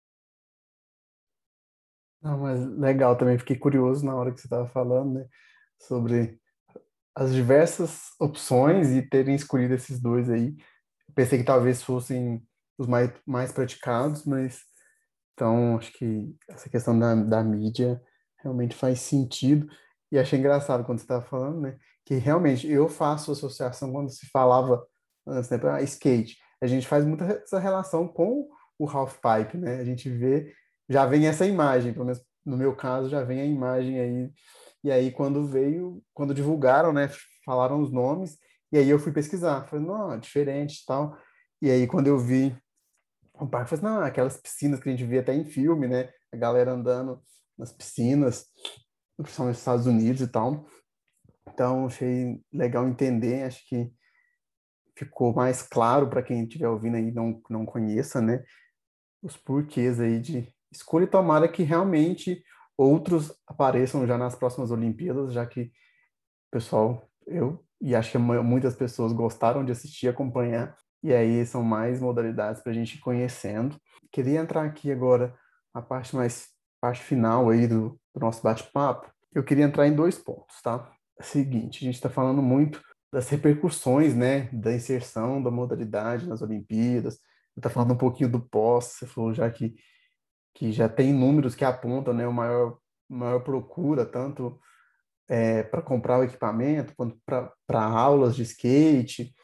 Não, mas legal, também fiquei curioso na hora que você estava falando, né, sobre as diversas opções e terem escolhido esses dois aí. Pensei que talvez fossem os mais praticados, mas então acho que essa questão da mídia realmente faz sentido. E achei engraçado quando você estava falando, né? Que realmente eu faço associação quando se falava antes, né? Skate. A gente faz muita essa relação com o half pipe, né? A gente vê, já vem essa imagem, pelo menos no meu caso, já vem a imagem aí. E aí quando divulgaram, né? Falaram os nomes, e aí eu fui pesquisar. Falei, não, é diferente e tal. E aí quando eu vi o parque, falei, não, aquelas piscinas que a gente vê até em filme, né? A galera andando nas piscinas, principalmente nos Estados Unidos e tal. Então, achei legal entender, acho que ficou mais claro para quem estiver ouvindo aí e não conheça, né? Os porquês aí de escolha e tomara que realmente outros apareçam já nas próximas Olimpíadas, já que o pessoal, eu e acho que muitas pessoas gostaram de assistir, acompanhar, e aí são mais modalidades para a gente ir conhecendo. Queria entrar aqui agora a parte final aí do nosso bate-papo. Eu queria entrar em dois pontos, tá? É o seguinte, a gente está falando muito das repercussões, né, da inserção da modalidade nas Olimpíadas. Está falando um pouquinho do pós, você falou já que já tem números que apontam, né, maior procura, tanto para comprar o equipamento quanto para aulas de skate.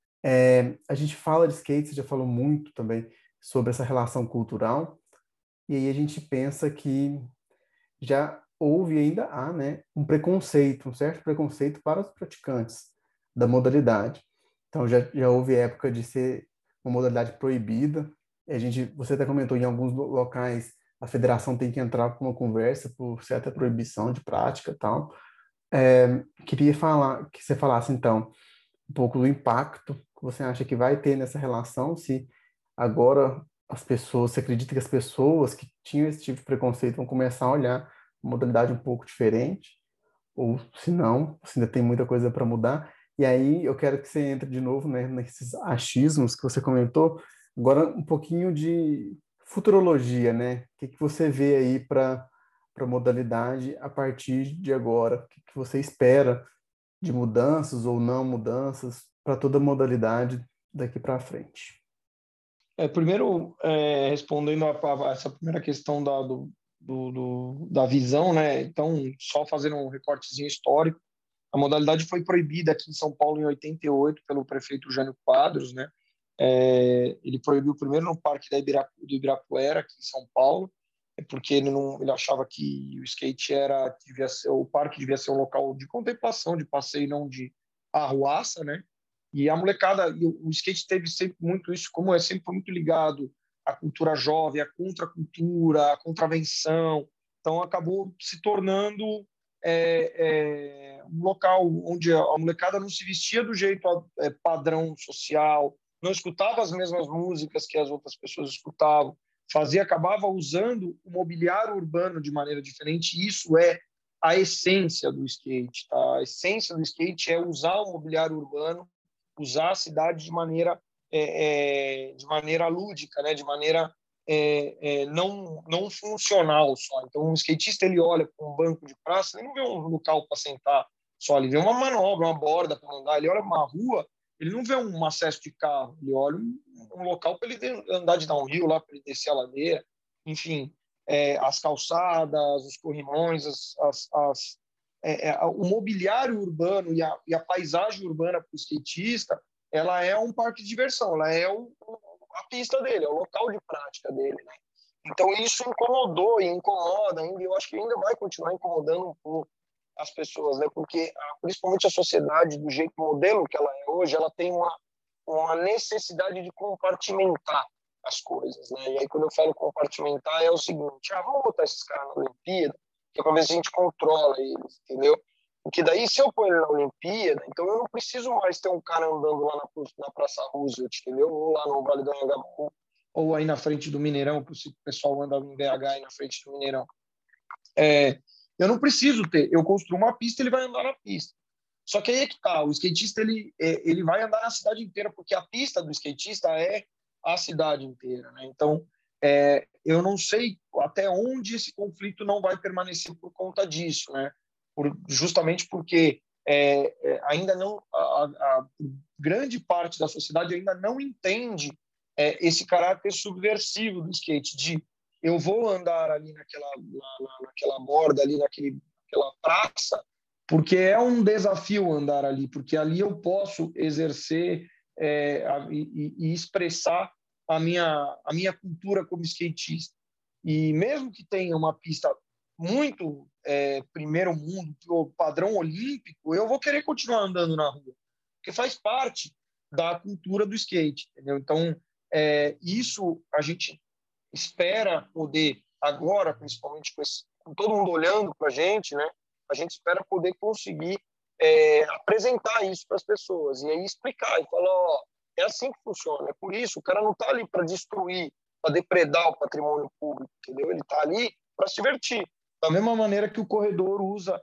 A gente fala de skate, você já falou muito também sobre essa relação cultural, e aí a gente pensa que já houve e ainda há, né, um certo preconceito para os praticantes da modalidade. Então já houve época de ser uma modalidade proibida. Você até comentou em alguns locais a federação tem que entrar com uma conversa por certa proibição de prática e tal. Queria falar que você falasse então um pouco do impacto que você acha que vai ter nessa relação, se agora você acredita que as pessoas que tinham esse tipo de preconceito vão começar a olhar uma modalidade um pouco diferente, ou se não, se ainda tem muita coisa para mudar. E aí eu quero que você entre de novo, né, nesses achismos que você comentou, agora um pouquinho de futurologia, né? O que você vê aí para a modalidade a partir de agora? O que você espera de mudanças ou não mudanças para toda modalidade daqui para frente? Primeiro, respondendo a essa primeira questão da visão, né? Então, só fazendo um recortezinho histórico, a modalidade foi proibida aqui em São Paulo em 88 pelo prefeito Jânio Quadros, né? Ele proibiu primeiro no Parque do Ibirapuera, aqui em São Paulo, porque ele achava que o skate o parque devia ser um local de contemplação, de passeio, não de arruaça, né? E a molecada, o skate teve sempre muito isso, como é sempre muito ligado à cultura jovem, à contracultura, à contravenção. Então, acabou se tornando um local onde a molecada não se vestia do jeito padrão social, não escutava as mesmas músicas que as outras pessoas escutavam, acabava usando o mobiliário urbano de maneira diferente. E isso é a essência do skate. Tá? A essência do skate é usar o mobiliário urbano, usar a cidade de maneira lúdica, né? De maneira não funcional só. Então, um skatista ele olha para um banco de praça, ele não vê um local para sentar só, ele vê uma manobra, uma borda para andar, ele olha uma rua, ele não vê um acesso de carro, ele olha um local para ele andar de downhill, lá para ele descer a ladeira, enfim, as calçadas, os corrimões, o mobiliário urbano e a paisagem urbana para o skatista, ela é um parque de diversão, ela é a pista dele, é o local de prática dele, né? Então isso incomodou e incomoda ainda, e eu acho que ainda vai continuar incomodando um pouco as pessoas, né? Porque principalmente a sociedade, do jeito modelo que ela é hoje, ela tem uma necessidade de compartimentar as coisas, né? E aí quando eu falo compartimentar é o seguinte: vamos botar esses caras na Olimpíada, que é para ver se a gente controla eles, entendeu? Porque daí, se eu pôr ele na Olimpíada, então eu não preciso mais ter um cara andando lá na Praça Roosevelt, entendeu? Ou lá no Vale do Anhangabaú, ou aí na frente do Mineirão, para o pessoal anda em BH aí na frente do Mineirão. Eu não preciso ter, eu construo uma pista, ele vai andar na pista. Só que aí é que tá, o skatista ele vai andar na cidade inteira, porque a pista do skatista é a cidade inteira, né? Então, eu não sei até onde esse conflito não vai permanecer por conta disso, né? Justamente porque ainda não a grande parte da sociedade ainda não entende esse caráter subversivo do skate, de eu vou andar ali naquela borda, ali naquela praça, porque é um desafio andar ali, porque ali eu posso exercer e expressar a minha cultura como skatista. E mesmo que tenha uma pista muito primeiro mundo, o padrão olímpico, eu vou querer continuar andando na rua, porque faz parte da cultura do skate, entendeu? Então, isso a gente espera poder agora, principalmente com todo mundo olhando para a gente, né? A gente espera poder conseguir apresentar isso para as pessoas e aí explicar e falar, ó, é assim que funciona. É por isso, o cara não está ali para destruir, para depredar o patrimônio público, entendeu? Ele está ali para se divertir. Da mesma maneira que o corredor usa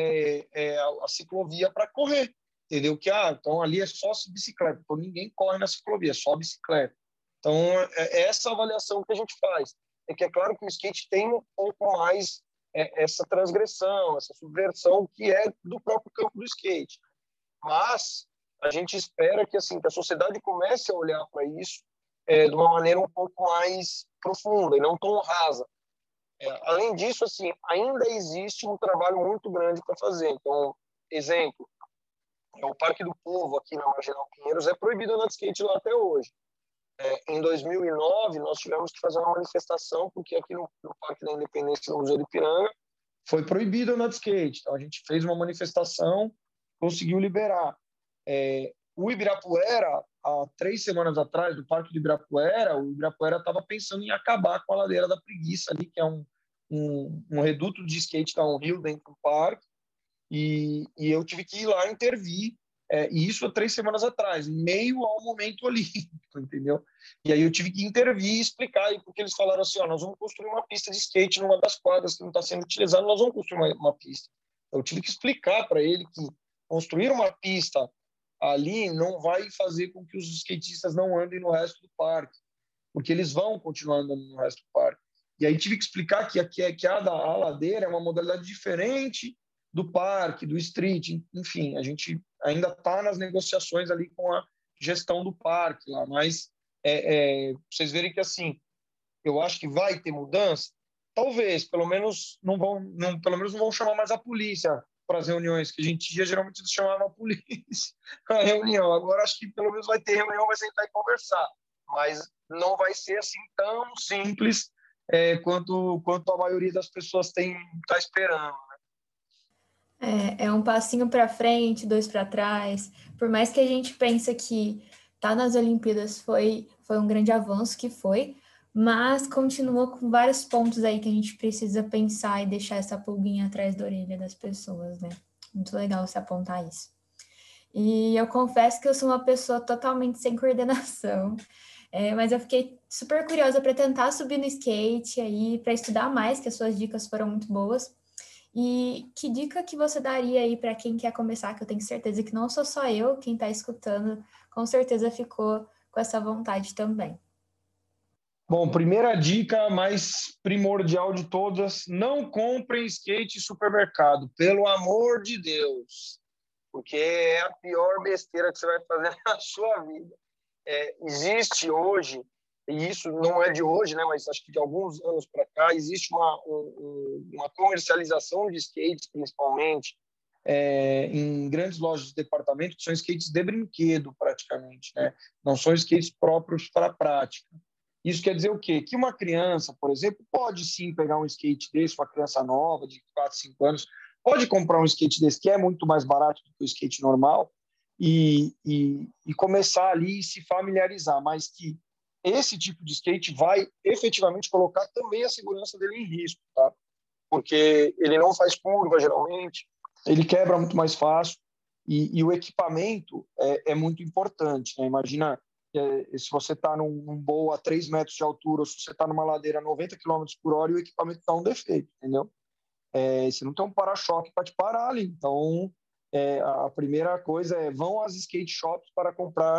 a ciclovia para correr, entendeu? Que então ali é só bicicleta, então ninguém corre na ciclovia, é só bicicleta. Então é essa avaliação que a gente faz. É que é claro que o skate tem um pouco mais essa transgressão, essa subversão que é do próprio campo do skate. Mas a gente espera que assim que a sociedade comece a olhar para isso de uma maneira um pouco mais profunda e não tão rasa. Além disso, assim, ainda existe um trabalho muito grande para fazer. Então, exemplo, o Parque do Povo aqui na Marginal Pinheiros é proibido andar de skate lá até hoje. Em 2009, nós tivemos que fazer uma manifestação, porque aqui no Parque da Independência, no Museu do Ipiranga, foi proibido andar de skate. Então, a gente fez uma manifestação, conseguiu liberar. O Ibirapuera, há 3 semanas atrás, do Parque do Ibirapuera, o Ibirapuera estava pensando em acabar com a Ladeira da Preguiça ali, que é um reduto de skate downhill dentro do parque, e eu tive que ir lá intervir, e isso há 3 semanas atrás, em meio ao momento olímpico, entendeu? E aí eu tive que intervir e explicar, porque eles falaram assim, nós vamos construir uma pista de skate numa das quadras que não está sendo utilizada, nós vamos construir uma pista. Eu tive que explicar para ele que construir uma pista ali não vai fazer com que os skatistas não andem no resto do parque, porque eles vão continuar andando no resto do parque. E aí tive que explicar que a ladeira é uma modalidade diferente do parque, do street, enfim, a gente ainda está nas negociações ali com a gestão do parque lá, mas vocês verem que assim, eu acho que vai ter mudança, talvez, pelo menos não vão chamar mais a polícia para as reuniões, que a gente geralmente chamava a polícia para a reunião. Agora acho que pelo menos vai ter reunião, vai sentar e conversar, mas não vai ser assim tão simples quanto a maioria das pessoas está esperando. É um passinho para frente, 2 para trás. Por mais que a gente pense que tá nas Olimpíadas foi um grande avanço que foi, mas continua com vários pontos aí que a gente precisa pensar e deixar essa pulguinha atrás da orelha das pessoas, né? Muito legal você apontar isso. E eu confesso que eu sou uma pessoa totalmente sem coordenação, mas eu fiquei super curiosa para tentar subir no skate aí, para estudar mais, que as suas dicas foram muito boas. E que dica que você daria aí para quem quer começar, que eu tenho certeza que não sou só eu, quem está escutando, com certeza ficou com essa vontade também. Bom, primeira dica mais primordial de todas, não comprem skate em supermercado, pelo amor de Deus, porque é a pior besteira que você vai fazer na sua vida. Existe hoje, e isso não é de hoje, né, mas acho que de alguns anos para cá, existe uma comercialização de skates, principalmente, em grandes lojas de departamento, que são skates de brinquedo, praticamente, né? Não são skates próprios para a prática. Isso quer dizer o quê? Que uma criança, por exemplo, pode sim pegar um skate desse, uma criança nova, de 4, 5 anos, pode comprar um skate desse, que é muito mais barato do que o skate normal, e começar ali e se familiarizar, mas que esse tipo de skate vai efetivamente colocar também a segurança dele em risco, tá? Porque ele não faz curva, geralmente, ele quebra muito mais fácil, e o equipamento é muito importante, né? Imagina se você está num bowl a 3 metros de altura, ou se você está numa ladeira a 90 km por hora e o equipamento está um defeito, entendeu? Você não tem um para-choque para te parar ali. Então, a primeira coisa vão às skate shops para comprar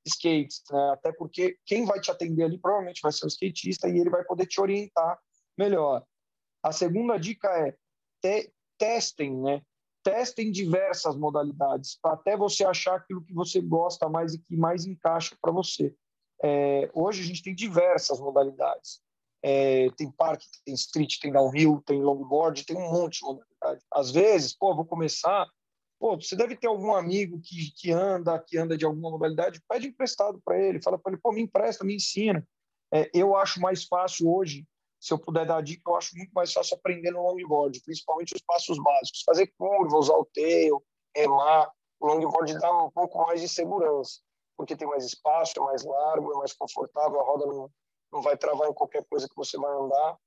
skates, né? Até porque quem vai te atender ali provavelmente vai ser o skatista e ele vai poder te orientar melhor. A segunda dica é testem, né? Testem diversas modalidades, até você achar aquilo que você gosta mais e que mais encaixa para você. Hoje a gente tem diversas modalidades. Tem parque, tem street, tem downhill, tem longboard, tem um monte de modalidade. Às vezes, vou começar, você deve ter algum amigo que anda de alguma modalidade, pede emprestado para ele, fala para ele, me empresta, me ensina. Eu acho mais fácil hoje, se eu puder dar a dica, eu acho muito mais fácil aprender no longboard, principalmente os passos básicos, fazer curva, usar o tail, remar. O longboard dá um pouco mais de segurança, porque tem mais espaço, é mais largo, é mais confortável, a roda não vai travar em qualquer coisa que você vai andar.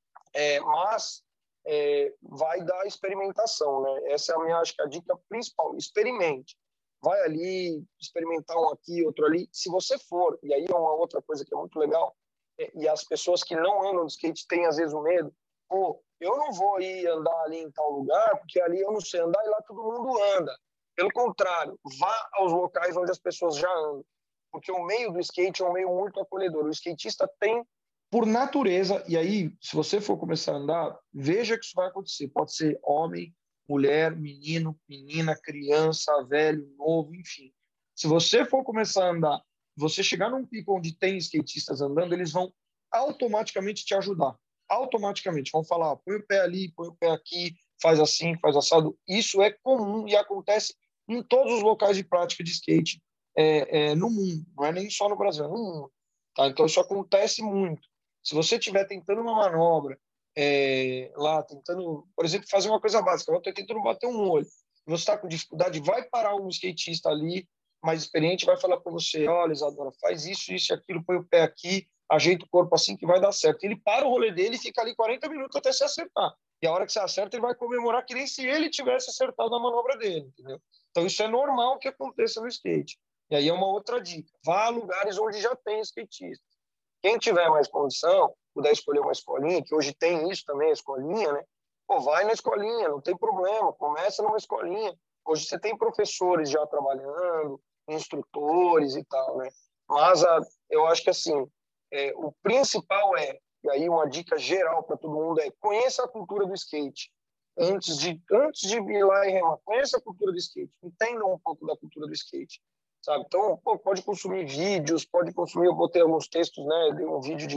Mas vai dar experimentação, né? Essa é acho que a dica principal. Experimente. Vai ali, experimentar um aqui, outro ali. Se você for, e aí é uma outra coisa que é muito legal, e as pessoas que não andam de skate têm às vezes o medo, eu não vou ir andar ali em tal lugar, porque ali eu não sei andar e lá todo mundo anda. Pelo contrário, vá aos locais onde as pessoas já andam, porque o meio do skate é um meio muito acolhedor. O skatista tem, por natureza, e aí, se você for começar a andar, veja que isso vai acontecer. Pode ser homem, mulher, menino, menina, criança, velho, novo, enfim. Se você for começar a andar, você chegar num pico onde tem skatistas andando, eles vão automaticamente te ajudar. Automaticamente. Vão falar, põe o pé ali, põe o pé aqui, faz assim, faz assado. Isso é comum e acontece em todos os locais de prática de skate no mundo. Não é nem só no Brasil, é no mundo. Tá? Então, isso acontece muito. Se você estiver tentando uma manobra, lá, tentando, por exemplo, fazer uma coisa básica, eu estou tentando bater um olho, você está com dificuldade, vai parar um skatista ali, mais experiente, vai falar para você, olha, Isadora, faz isso, isso e aquilo, põe o pé aqui, ajeita o corpo assim que vai dar certo. Ele para o rolê dele e fica ali 40 minutos até se acertar. E a hora que você acerta, ele vai comemorar que nem se ele tivesse acertado a manobra dele, entendeu? Então, isso é normal que aconteça no skate. E aí é uma outra dica. Vá a lugares onde já tem skatista. Quem tiver mais condição, puder escolher uma escolinha, que hoje tem isso também, a escolinha, né? Vai na escolinha, não tem problema, começa numa escolinha. Hoje você tem professores já trabalhando, instrutores e tal, né? Mas eu acho que, assim, o principal e aí uma dica geral para todo mundo conheça a cultura do skate. Antes de ir lá e remar, conheça a cultura do skate, entenda um pouco da cultura do skate. Sabe? Então, pode consumir vídeos, pode consumir, eu botei alguns textos, né? Dei um vídeo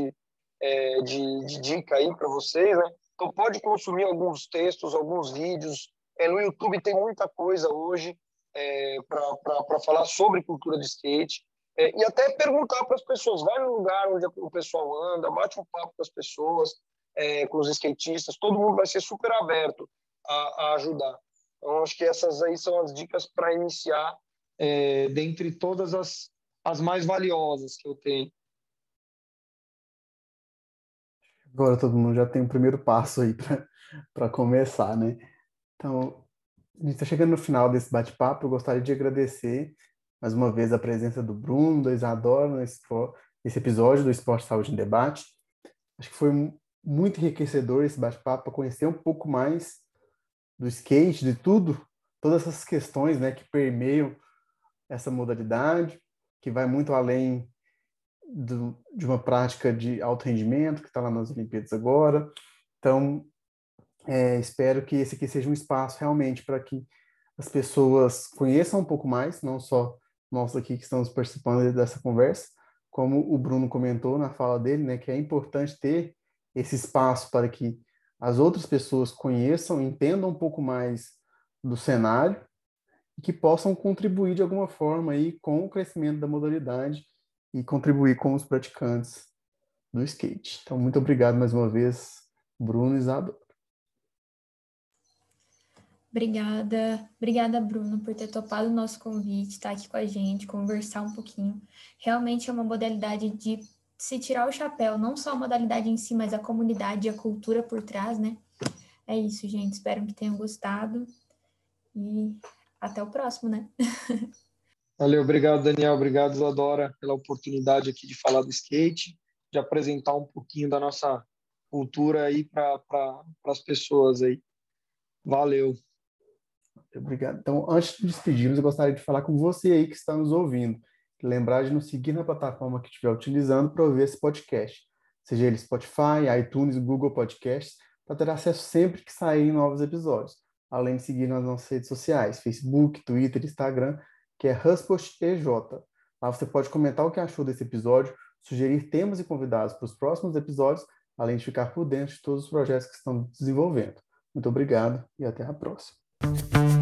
de dica aí para vocês, né? Então, pode consumir alguns textos, alguns vídeos. No YouTube tem muita coisa hoje para falar sobre cultura de skate. E até perguntar para as pessoas, vai no lugar onde o pessoal anda, bate um papo com as pessoas, com os skatistas, todo mundo vai ser super aberto a ajudar. Então, acho que essas aí são as dicas para iniciar, dentre todas as mais valiosas que eu tenho. Agora todo mundo já tem o primeiro passo aí para começar, né? Então, a gente está chegando no final desse bate-papo. Eu gostaria de agradecer mais uma vez a presença do Bruno, da Isadora, nesse episódio do Esporte Saúde em Debate. Acho que foi muito enriquecedor esse bate-papo para conhecer um pouco mais do skate, de tudo, todas essas questões, né, que permeiam essa modalidade, que vai muito além de uma prática de alto rendimento, que está lá nas Olimpíadas agora. Então, espero que esse aqui seja um espaço realmente para que as pessoas conheçam um pouco mais, não só nós aqui que estamos participando dessa conversa, como o Bruno comentou na fala dele, né, que é importante ter esse espaço para que as outras pessoas conheçam, entendam um pouco mais do cenário e que possam contribuir de alguma forma aí com o crescimento da modalidade e contribuir com os praticantes do skate. Então, muito obrigado mais uma vez, Bruno e Isadora. Obrigada, Bruno, por ter topado o nosso convite, estar aqui com a gente, conversar um pouquinho. Realmente é uma modalidade de se tirar o chapéu, não só a modalidade em si, mas a comunidade e a cultura por trás, né? É isso, gente. Espero que tenham gostado e até o próximo, né? Valeu, obrigado, Daniel. Obrigado, Isadora, pela oportunidade aqui de falar do skate, de apresentar um pouquinho da nossa cultura aí para as pessoas aí. Valeu. Obrigado. Então, antes de despedirmos, eu gostaria de falar com você aí que está nos ouvindo. Lembrar de nos seguir na plataforma que estiver utilizando para ouvir esse podcast, seja ele Spotify, iTunes, Google Podcasts, para ter acesso sempre que saírem novos episódios, além de seguir nas nossas redes sociais, Facebook, Twitter, Instagram, que é HushPostEJ. Lá você pode comentar o que achou desse episódio, sugerir temas e convidados para os próximos episódios, além de ficar por dentro de todos os projetos que estão desenvolvendo. Muito obrigado e até a próxima.